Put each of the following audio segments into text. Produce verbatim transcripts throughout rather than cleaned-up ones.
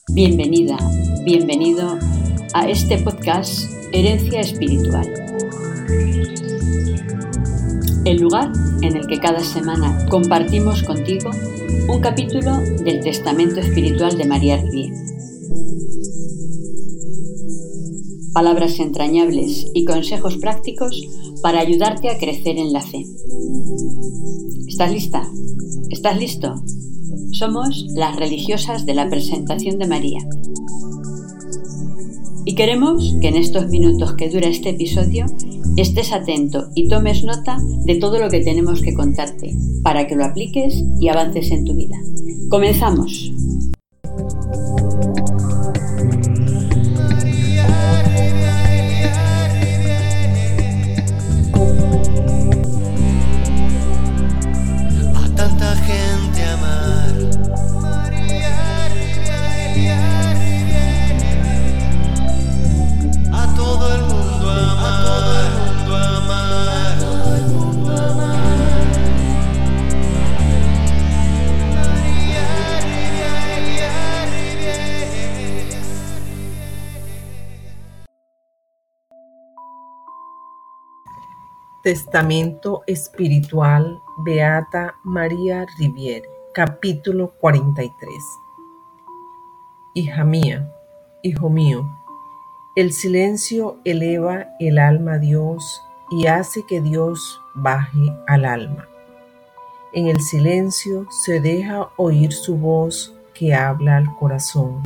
Bienvenida, bienvenido a este podcast Herencia Espiritual. El lugar en el que cada semana compartimos contigo un capítulo del Testamento Espiritual de María Riviere. Palabras entrañables y consejos prácticos para ayudarte a crecer en la fe. ¿Estás lista? ¿Estás listo? Somos las religiosas de la Presentación de María. Y queremos que en estos minutos que dura este episodio estés atento y tomes nota de todo lo que tenemos que contarte para que lo apliques y avances en tu vida. ¡Comenzamos! Testamento Espiritual Beata María Riviere, capítulo cuarenta y tres. Hija mía, hijo mío, el silencio eleva el alma a Dios y hace que Dios baje al alma. En el silencio se deja oír su voz que habla al corazón.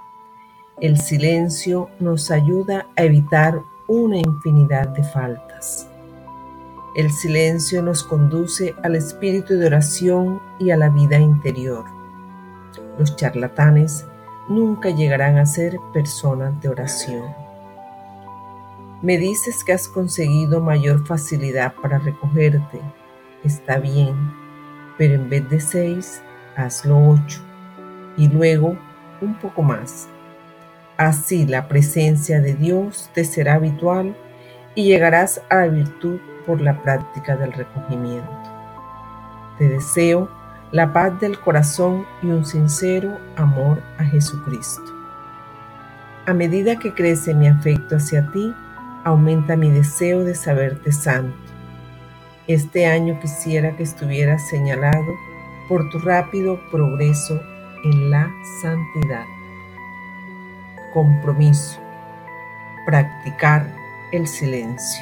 El silencio nos ayuda a evitar una infinidad de faltas. El silencio nos conduce al espíritu de oración y a la vida interior. Los charlatanes nunca llegarán a ser personas de oración. Me dices que has conseguido mayor facilidad para recogerte. Está bien, pero en vez de seis, hazlo ocho, y luego un poco más. Así la presencia de Dios te será habitual y llegarás a la virtud por la práctica del recogimiento. Te deseo la paz del corazón y un sincero amor a Jesucristo. A medida que crece mi afecto hacia ti, aumenta mi deseo de saberte santo. Este año quisiera que estuvieras señalado por tu rápido progreso en la santidad. Compromiso: practicar el silencio.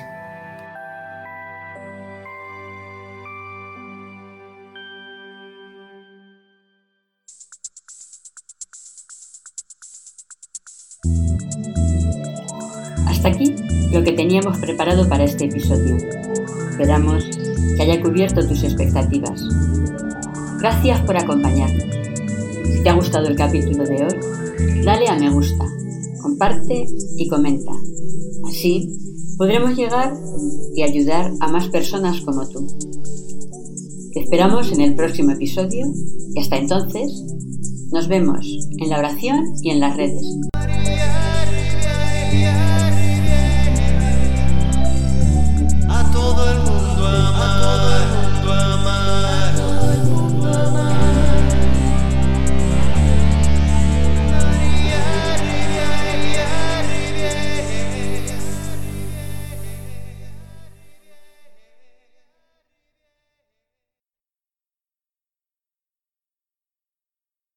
Hasta aquí lo que teníamos preparado para este episodio. Esperamos que haya cubierto tus expectativas. Gracias por acompañarnos. Si te ha gustado el capítulo de hoy, dale a me gusta, comparte y comenta. Así podremos llegar y ayudar a más personas como tú. Te esperamos en el próximo episodio y hasta entonces nos vemos en la oración y en las redes.